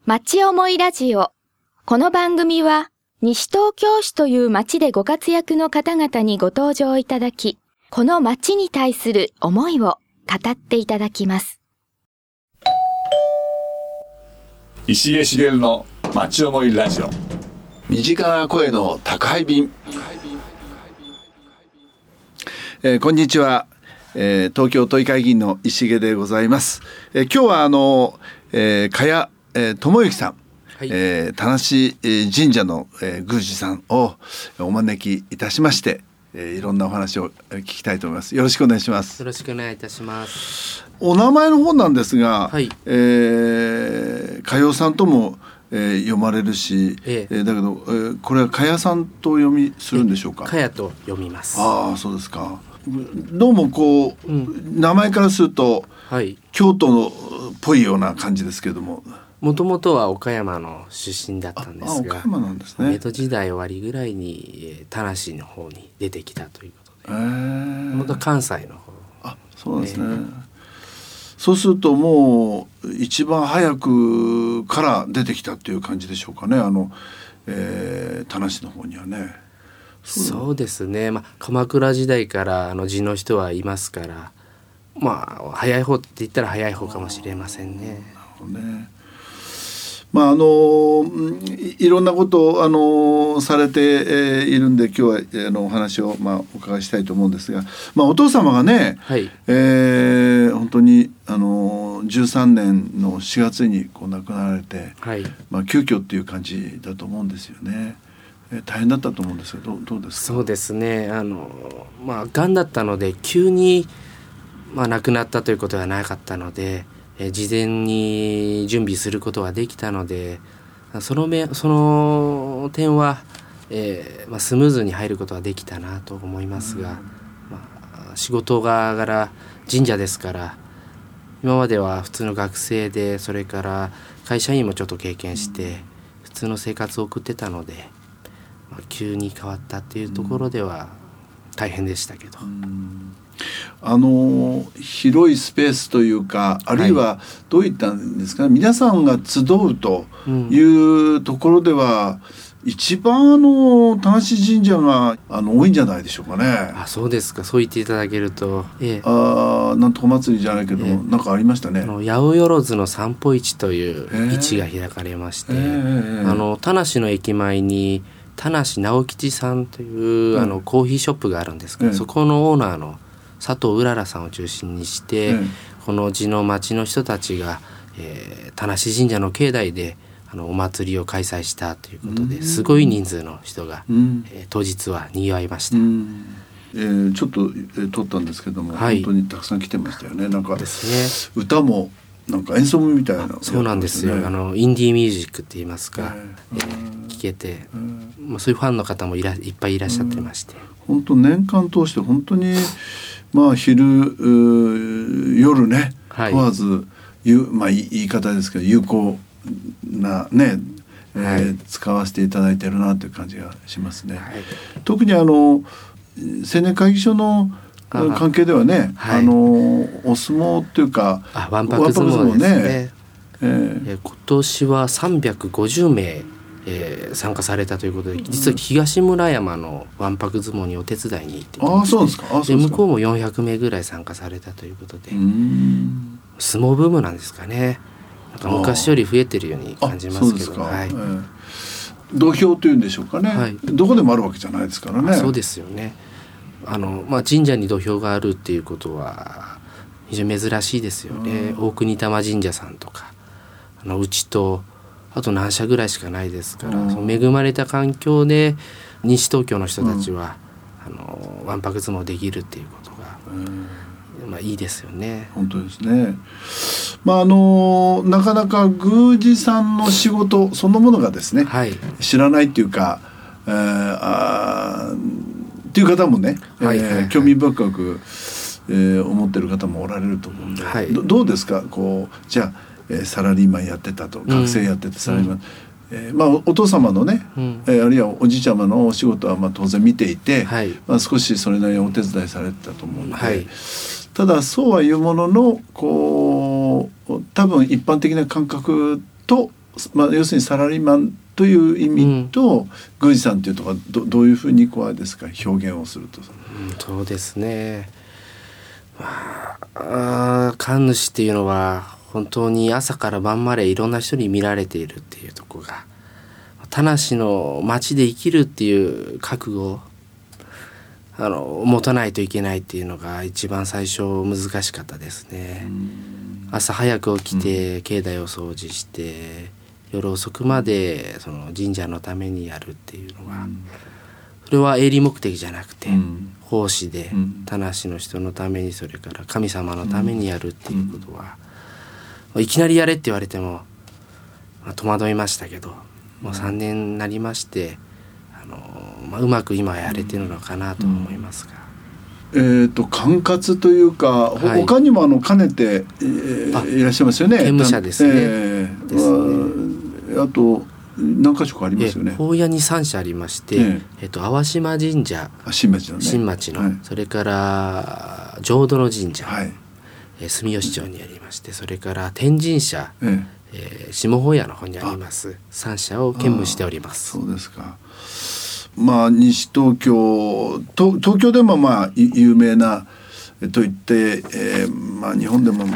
町思いラジオ。この番組は西東京市という町でご活躍の方々にご登場いただき、この町に対する思いを語っていただきます。 石毛茂の町思いラジオ。 身近な声の宅配便。こんにちは、東京都議会議員の石毛でございます。今日は茅智之さん、はい、田無神社の、宮司さんをお招きいたしまして、いろんなお話を聞きたいと思います。よろしくお願いします。 よろしくお願いいたします。 お名前の方なんですが、 はい、 佳代さんとも、読まれるし、だけど、これは佳代さんと読みするんでしょうか。 佳代と読みます。 ああ、そうですか。どうもこう、名前からすると、 はい、 京都のっぽいような感じですけれども、 もともとは岡山の出身だったんですが、 岡山なんですね。 江戸時代終わりぐらいに田無の方に出てきたということで、もともと関西の方。 あ、そうなんですね。そうするともう一番早くから出てきたっていう感じでしょうかね。田無の方にはね。 そうですね、鎌倉時代から地の人はいますから、早い方って言ったら早い方かもしれませんね。 なるほどね。いろんなことをされて、いるんで、今日はお話をお伺いしたいと思うんですが、お父様がね、 はい、 本当に13年の4月に亡くなられて、 はい、 急遽っていう感じだと思うんですよね。大変だったと思うんですけど、どうですか。 そうですね、がんだったので急に、亡くなったということはなかったので、事前に準備することができたので、その点は、スムーズに入ることができたなと思いますが、仕事柄神社ですから、今までは普通の学生で、それから会社員もちょっと経験して普通の生活を送ってたので、急に変わったっていうところでは大変でしたけど、 広いスペースというか、あるいはどういったんですかね、皆さんが集うというところでは、一番田無神社が多いんじゃないでしょうかね。 あ、そうですか。そう言っていただけると、 なんとか祭りじゃないけど、なんかありましたね。 八百万の散歩市という市が開かれまして、田無の駅前に田無直吉さんという、コーヒーショップがあるんですけど、そこのオーナーの佐藤うららさんを中心にして、この地の町の人たちが、田無神社の境内でお祭りを開催したということで、すごい人数の人が、当日は賑わいました。 ちょっと、撮ったんですけども、本当にたくさん来てましたよね。なんかですね、 歌もなんか演奏みたいな、 そうなんですよ。インディーミュージックって言いますか、聴けて、そういうファンの方もいっぱいいらっしゃってまして、 本当年間通して本当に昼夜ね問わず、言い方ですけど有効なね、使わせていただいてるなという感じがしますね。特に青年会議所の関係ではね、お相撲っていうか、 わんぱく相撲ですね。今年は350名、参加されたということで、実は東村山のわんぱく相撲にお手伝いに行ってまして、 そうですか。 向こうも400名ぐらい参加されたということで、相撲ブームなんですかね。なんか昔より増えてるように感じますけど、 土俵というんでしょうかね、どこでもあるわけじゃないですからね。 そうですよね。神社に土俵があるっていうことは非常に珍しいですよね。大国玉神社さんとかうちとあと何社ぐらいしかないですから、その恵まれた環境で西東京の人たちは、わんぱく相撲できるっていうことが、いいですよね。 本当ですね。なかなか宮司さんの仕事そのものがですね、知らないっていうか、っていう方もね、興味深く、思ってる方もおられると思うんで、どうですか。じゃあ、サラリーマンやってたと、学生やっててサラリーマン、お父様のね、あるいはおじいちゃまのお仕事は当然見ていて、少しそれなりにお手伝いされてたと思うので、ただそうはいうものの多分一般的な感覚と要するにサラリーマンという意味と、宮司さんというとかどういうふうにあれですか、表現をすると。 そうですね、神主っていうのは本当に朝から晩までいろんな人に見られているっていうところが、田無の町で生きるっていう覚悟を持たないといけないっていうのが一番最初難しかったですね。朝早く起きて境内を掃除して夜遅くまでその神社のためにやるっていうのが、それは営利目的じゃなくて奉仕で田無の人のために、それから神様のためにやるっていうことは、いきなりやれって言われても戸惑いましたけど、もう3年になりましてうまく今やれてるのかなと思いますが、 管轄というか、他にも兼ねて、いらっしゃいますよね。 兼務者ですね。 あと何か所かありますよね。 法屋に3社ありまして、淡島神社、 新町のね、 新町の、それから浄土の神社、住吉町にありまして、それから天神社、下法屋の方にあります3社を兼務しております。 そうですか。西東京、東京でも有名なといって、日本でも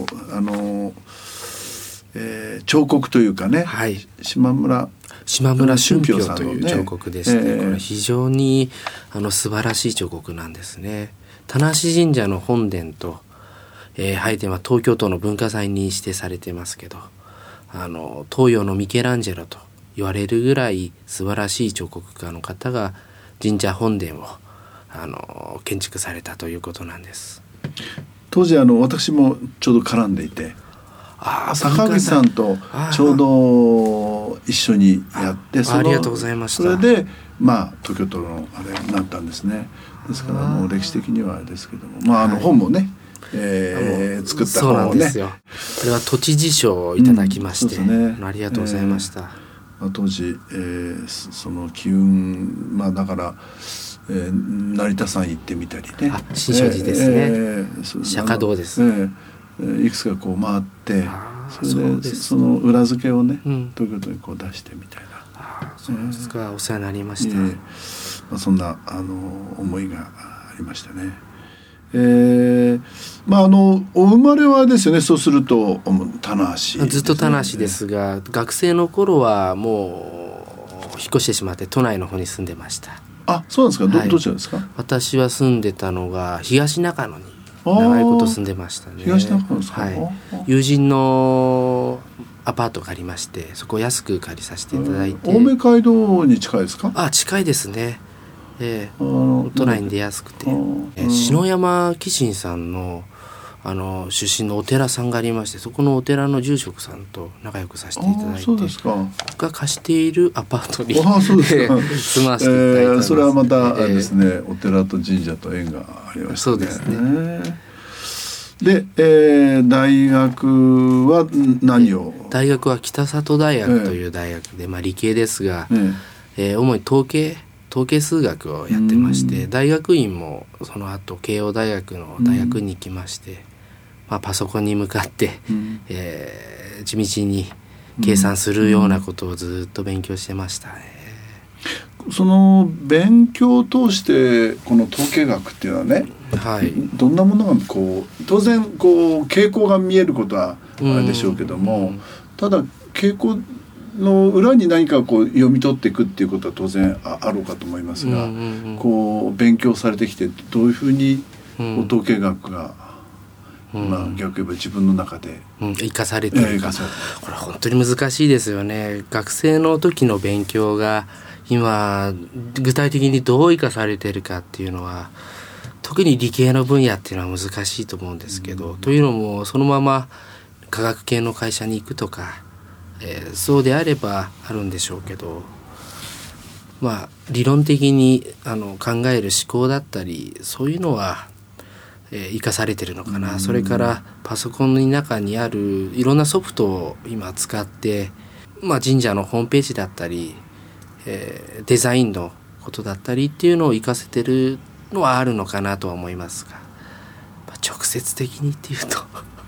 彫刻というかね、島村俊平さんの、 という彫刻ですね。これ非常に素晴らしい彫刻なんですね。田無神社の本殿と、拝殿は東京都の文化財に指定されてますけど、東洋のミケランジェロと言われるぐらい素晴らしい彫刻家の方が神社本殿を建築されたということなんです。 当時私もちょうど絡んでいて、坂口さんとちょうど一緒にやって、 ありがとうございました。 それで東京都のあれになったんですね。ですから歴史的にはあれですけども、本もね、作ったそうな本をね、 んですよ。これは都知事賞をいただきまして、ありがとうございました。 当時、その機運、だから、成田山行ってみたりね、 新勝寺ですね、釈迦堂です、 いくつか回って、それでその裏付けをね、東京都に出してみたいな。 そうですか、お世話になりました。 そんな思いがありましたね。お生まれはですよね。そうすると田無、 ずっと田無ですが、学生の頃はもう引っ越してしまって都内の方に住んでました。 そうなんですか。どちらですか。 私は住んでたのが東中野に長いこと住んでましたね。 東中野ですか。 友人のアパートがありまして、そこを安く借りさせていただいて。 青梅街道に近いですか。 近いですね。都内に出やすくて、篠山紀信さんの出身のお寺さんがありまして、そこのお寺の住職さんと仲良くさせていただいて、 そうですか。 僕が貸しているアパートに住まわせていただいたんです。 それはまたですね、お寺と神社と縁がありましたね。 そうですね。 で、大学は何を。 大学は北里大学という大学で、理系ですが、主に統計数学をやってまして、大学院もその後慶応大学の大学に行きまして、パソコンに向かって、地道に計算するようなことをずっと勉強してましたね。 その勉強を通してこの統計学っていうのはね、どんなものが当然傾向が見えることはあれでしょうけども、ただ傾向の裏に何か読み取っていくっていうことは当然あろうかと思いますが、勉強されてきてどういうふうに統計学が、逆言えば自分の中で生かされているか、これ本当に難しいですよね。学生の時の勉強が今具体的にどう生かされているかっていうのは、特に理系の分野っていうのは難しいと思うんですけど、というのもそのまま科学系の会社に行くとか、そうであればあるんでしょうけど、理論的に考える思考だったり、そういうのは生かされてるのかな。それからパソコンの中にあるいろんなソフトを今使って、神社のホームページだったり、デザインのことだったりっていうのを生かせてるのはあるのかなとは思いますが、直接的にっていうと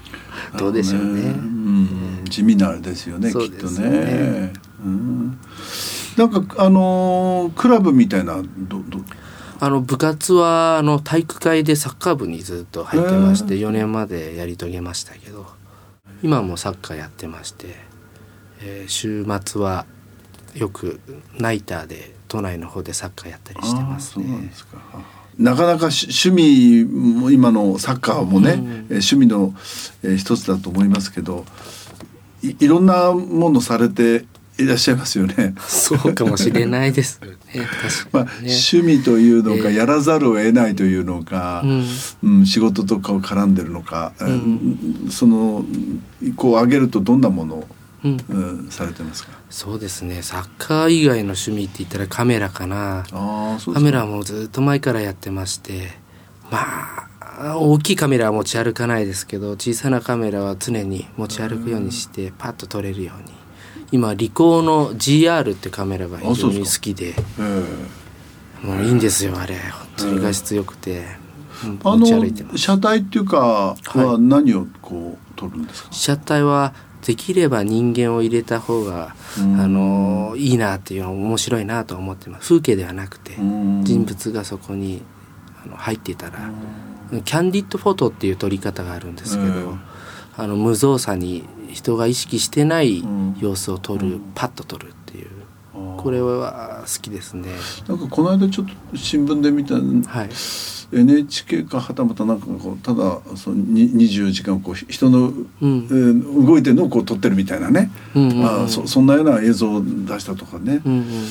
どうでしょうね。 地味なあれですよね、きっとね。なんかクラブみたいな部活は体育会でサッカー部にずっと入ってまして、4年までやり遂げましたけど、今もサッカーやってまして、週末はよくナイターで都内の方でサッカーやったりしてますね。 そうなんですか。なかなか趣味も今のサッカーもね、趣味の一つだと思いますけど、いろんなものされていらっしゃいますよね。 そうかもしれないですね。確かにね。 趣味というのか、やらざるを得ないというのか、仕事とかを絡んでるのか、そのこう挙げるとどんなものを、されてますか？ そうですね、サッカー以外の趣味って言ったらカメラかな。カメラもずっと前からやってまして、大きいカメラは持ち歩かないですけど、小さなカメラは常に持ち歩くようにしてパッと撮れるように。今リコーの GR ってカメラが非常に好きで、もういいんですよあれ。本当に画質良くて、持ち歩いてます。 車体っていうかは何をこう撮るんですか？ 車体はできれば人間を入れた方がいいなっていうの面白いなと思ってます。風景ではなくて人物がそこに入っていたら、キャンディッドフォトっていう撮り方があるんですけど、無造作に人が意識してない様子を撮る、パッと撮るっていう、これは好きですね。 なんかこの間ちょっと新聞で見た、NHK かはたまたなんかこうただその24時間こう人の、動いてるのをこう撮ってるみたいなね、そんなような映像を出したとかね、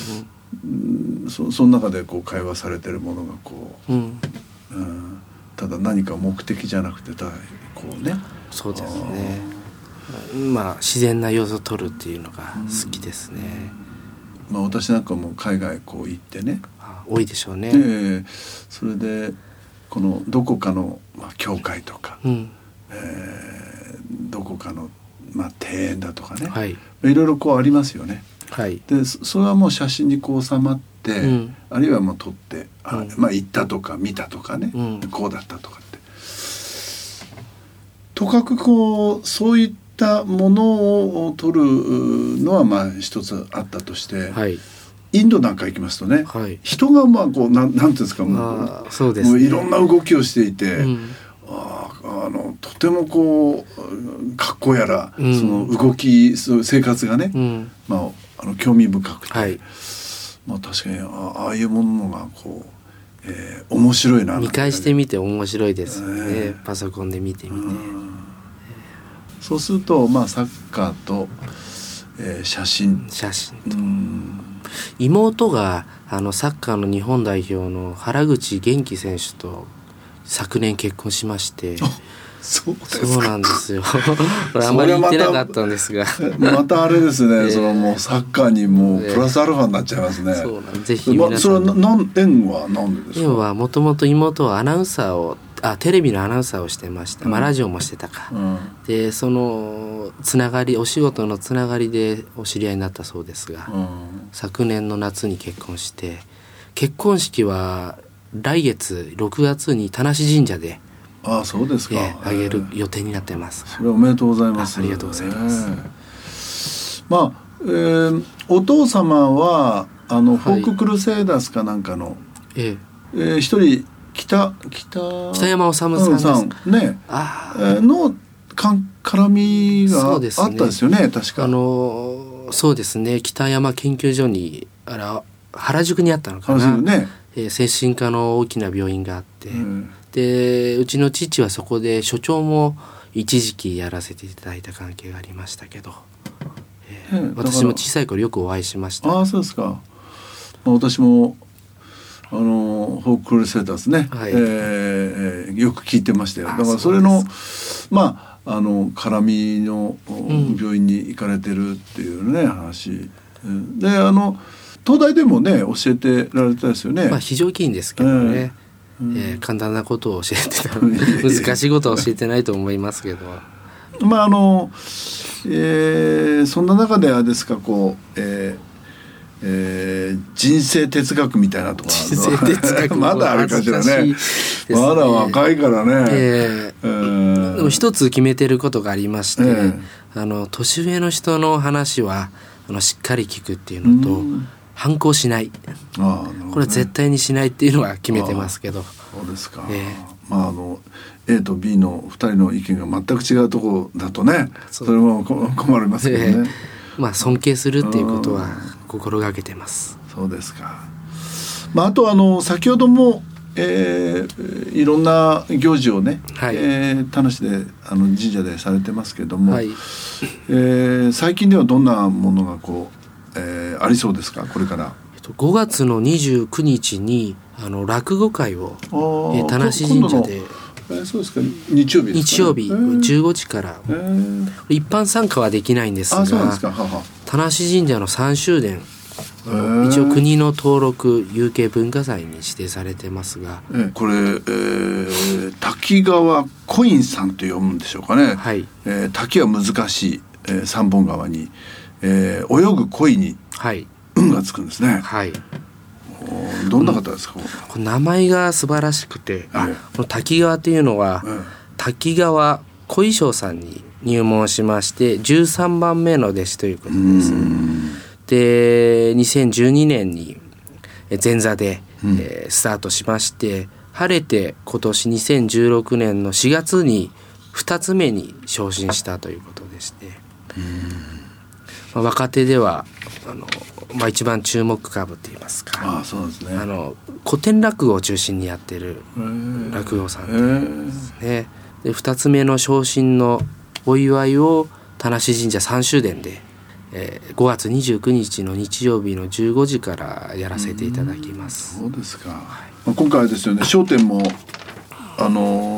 その中でこう会話されてるものがこう、ただ何か目的じゃなくてただこうね。 そうですね。自然な様子を撮るっていうのが好きですね。 私なんかも海外こう行ってね、 多いでしょうね。 それでこのどこかの教会とか、どこかの庭園だとかね、いろいろこうありますよね。でそれはもう写真にこう収まって、あるいはもう撮って、行ったとか見たとかね、こうだったとかって、とかくこうそういったものを撮るのは一つあったとして、インドなんか行きますとね、人がこうなんていうんですか、もういろんな動きをしていて、とてもこう格好やら、その動き生活がね、興味深くて、確かにああいうものがこう、面白いな。 見返してみて面白いですね、パソコンで見てみて。 そうするとサッカーと、写真と、 妹がサッカーの日本代表の原口元気選手と昨年結婚しまして。そうなんですよ。これあんまり言ってなかったんですが、 またあれですね、そのもうサッカーにもうプラスアルファになっちゃいますね。 そうなんぜひ皆さん。 それは縁は何でですか？ 縁はもともと妹はアナウンサーをテレビのアナウンサーをしてました。ラジオもしてたか。でそのつながり、お仕事のつながりでお知り合いになったそうですが、昨年の夏に結婚して、結婚式は来月6月に田無神社でそうですか。 あげる予定になってます。 それはおめでとうございます。 ありがとうございます。 お父様はフォーククルセイダースかなんかの、一人北山治さんですね、の絡みがあったですよね、確か。 そうですね、北山研究所に原宿にあったのかな、精神科の大きな病院があって、でうちの父はそこで所長も一時期やらせていただいた関係がありましたけど、私も小さい頃よくお会いしました。 そうですか。私もフォーククルセイダースね、よく聞いてましたよ。だからそれの絡みの病院に行かれてるっていうね、話で、東大でもね教えてられたですよね。 非常勤ですけどね、簡単なことを教えてたので難しいことは教えてないと思いますけどそんな中ではですか、こう人生哲学みたいなとこ人生哲学まだあるかしらね。まだ若いからね。 でも一つ決めてることがありまして、年上の人の話はしっかり聞くっていうのと、反抗しない。これは絶対にしないっていうのは決めてますけど。 そうですか。A と B の2人の意見が全く違うところだとね、それも困りますけどね。 尊敬するっていうことは心がけてます。 そうですか。あと先ほども、いろんな行事をね、田無で神社でされてますけども、最近ではどんなものがありそうですか、これから。 5月の29日に落語会を田無神社で。 そうですか。日曜日ですかね。 日曜日15時から、一般参加はできないんですが、田無神社の3周年、一応国の登録有形文化財に指定されてますが、 これ、滝川コインさんと読むんでしょうかね。滝は難しい、三本川に、泳ぐ鯉に運がつくんですね。どんな方ですか。 名前が素晴らしくて、この滝川っていうのは、滝川小衣装さんに入門しまして13番目の弟子ということです。で2012年に前座で、スタートしまして、晴れて今年2016年の4月に2つ目に昇進したということでして、若手では一番注目株って言いますか、 そうですね、 古典落語を中心にやってる落語さんですね。で2つ目の昇進のお祝いを田無神社3周年で、5月29日の日曜日の15時からやらせていただきます。 そうですか。今回ですよね、笑点も変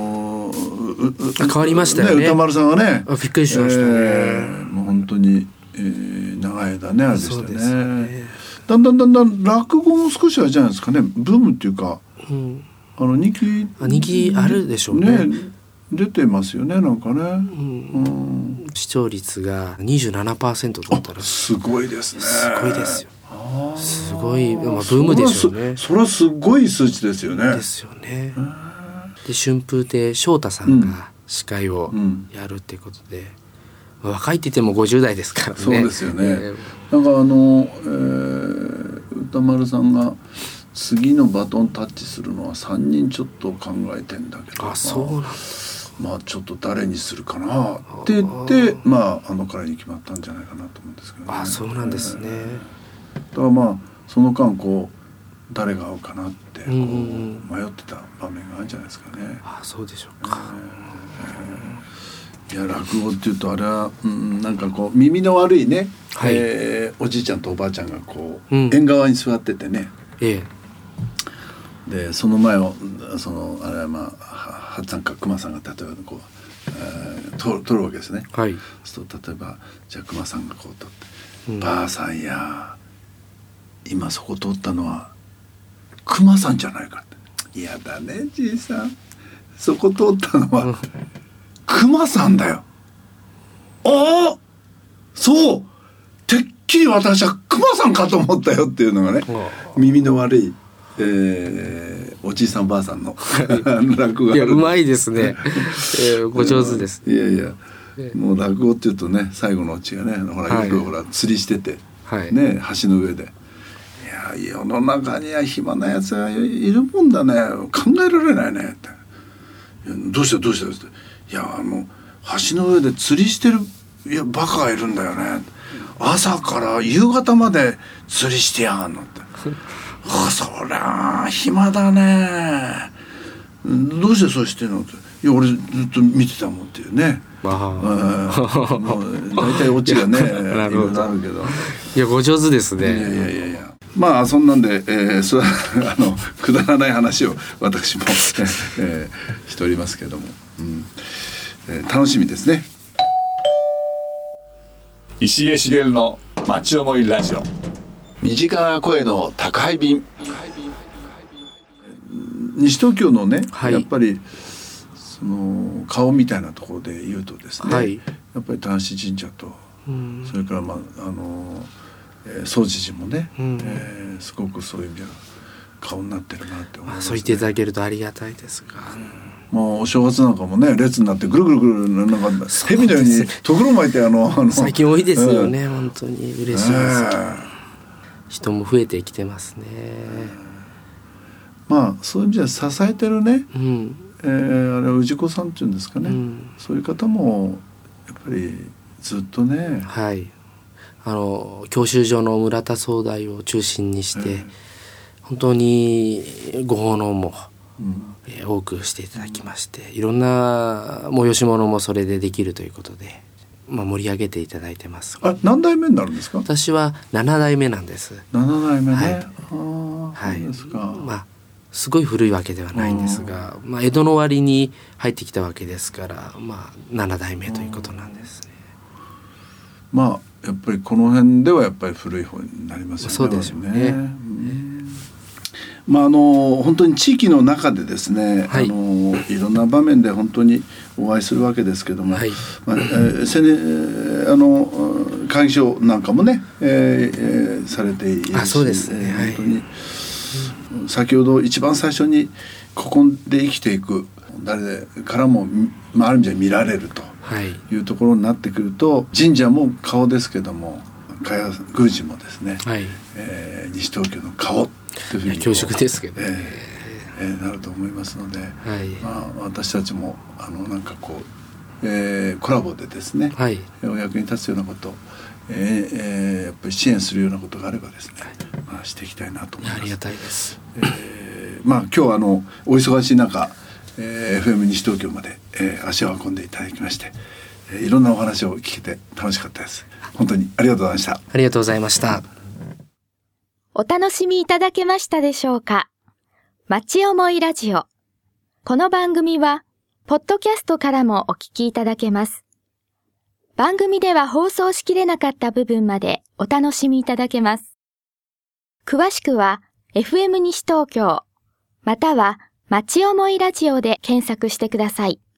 わりましたよね。 歌丸さんがね、 びっくりしましたね。 もう本当に長い間ね、あれでしたね。だんだん落語も少しあれじゃないですかね、ブームっていうか、人気あるでしょうね。 出てますよね、なんかね。 視聴率が 27% だったらすごいですね。 すごいですよ。すごい、ブームでしょうね。 それはすごい数値ですよね。 ですよね。で春風亭昇太さんが司会をやるっていうことで、若いって言っても50代ですからね。 そうですよね。なんか歌丸さんが次のバトンタッチするのは3人ちょっと考えてんだけど、 そうなんだ。 ちょっと誰にするかなって言って彼に決まったんじゃないかなと思うんですけどね。 そうなんですね。 だからその間誰が合うかなって迷ってた場面があるんじゃないですかね。 そうでしょうか。 いや、落語っていうとあれは、なんか耳の悪いね、おじいちゃんとおばあちゃんが縁側に座っててね、でその前をあれははっさんか熊さんが例えば取るわけですね。そうすると例えばじゃあ熊さんが取って、ばあさんや今そこ通ったのは熊さんじゃないかって。いやだねじいさん、そこ通ったのは熊さんだよ。そうてっきり私は熊さんかと思ったよっていうのがね、耳の悪い、おじいさんばあさんの落語がある。 うまいですね。ご上手です。 いやもう落語っていうとね、最後のオチがね、よく釣りしてて、ね、橋の上で、いや世の中には暇なやつがいるもんだね、考えられないねって。どうしたって、いや橋の上で釣りしてるバカがいるんだよね、朝から夕方まで釣りしてやがんのって。そりゃ暇だね、どうしてそうしてんのって。いや俺ずっと見てたもんっていうね。もう大体オチがねいろいろあるけど、 いやご上手ですね。 いやそんなんで、くだらない話を私も、しておりますけども、楽しみですね。 石毛茂の町思いラジオ。 身近な声の宅配便。西東京のね、やっぱりその顔みたいなところで言うとですね、やっぱり田無神社と、それから総知事もね、すごくそういう意味では顔になってるなって思いますね。 そう言っていただけるとありがたいですが、 もうお正月なんかもね列になってぐるぐるぐるなんか蛇のようにとぐろ巻いて最近多いですよね、本当に嬉しいです。人も増えてきてますね。 まあそういう意味では支えてるね、あれは氏子さんっていうんですかね、そういう方もやっぱりずっとね、 はい、教習所の村田総代を中心にして、本当にご奉納も、多くしていただきまして、いろんな催し物もそれでできるということで、盛り上げていただいてます。 何代目になるんですか？ 私は7代目なんです。 7代目ね、 はい、 そうですか。 すごい古いわけではないんですが、江戸の終わりに入ってきたわけですから、7代目ということなんですね。 やっぱりこの辺ではやっぱり古い方になりますよね。 そうですよね。 本当に地域の中でですね、いろんな場面で本当にお会いするわけですけども、会議所なんかもね、されているし、 そうですね、 本当に先ほど一番最初にここで生きていく誰からも、ある意味で見られるというところになってくると、神社も顔ですけども茅宮司もですね、西東京の顔っていうふうに恐縮ですけど、 なると思いますので、私たちもなんかこう、コラボでですね、お役に立つようなことやっぱり支援するようなことがあればですね、していきたいなと思います。 ありがたいです。 今日はお忙しい中、FM 西東京まで、足を運んでいただきまして、いろんなお話を聞けて楽しかったです。本当にありがとうございました。 ありがとうございました。 お楽しみいただけましたでしょうか？町思いラジオ。この番組はポッドキャストからもお聞きいただけます。番組では放送しきれなかった部分までお楽しみいただけます。詳しくは FM 西東京または町思いラジオで検索してください。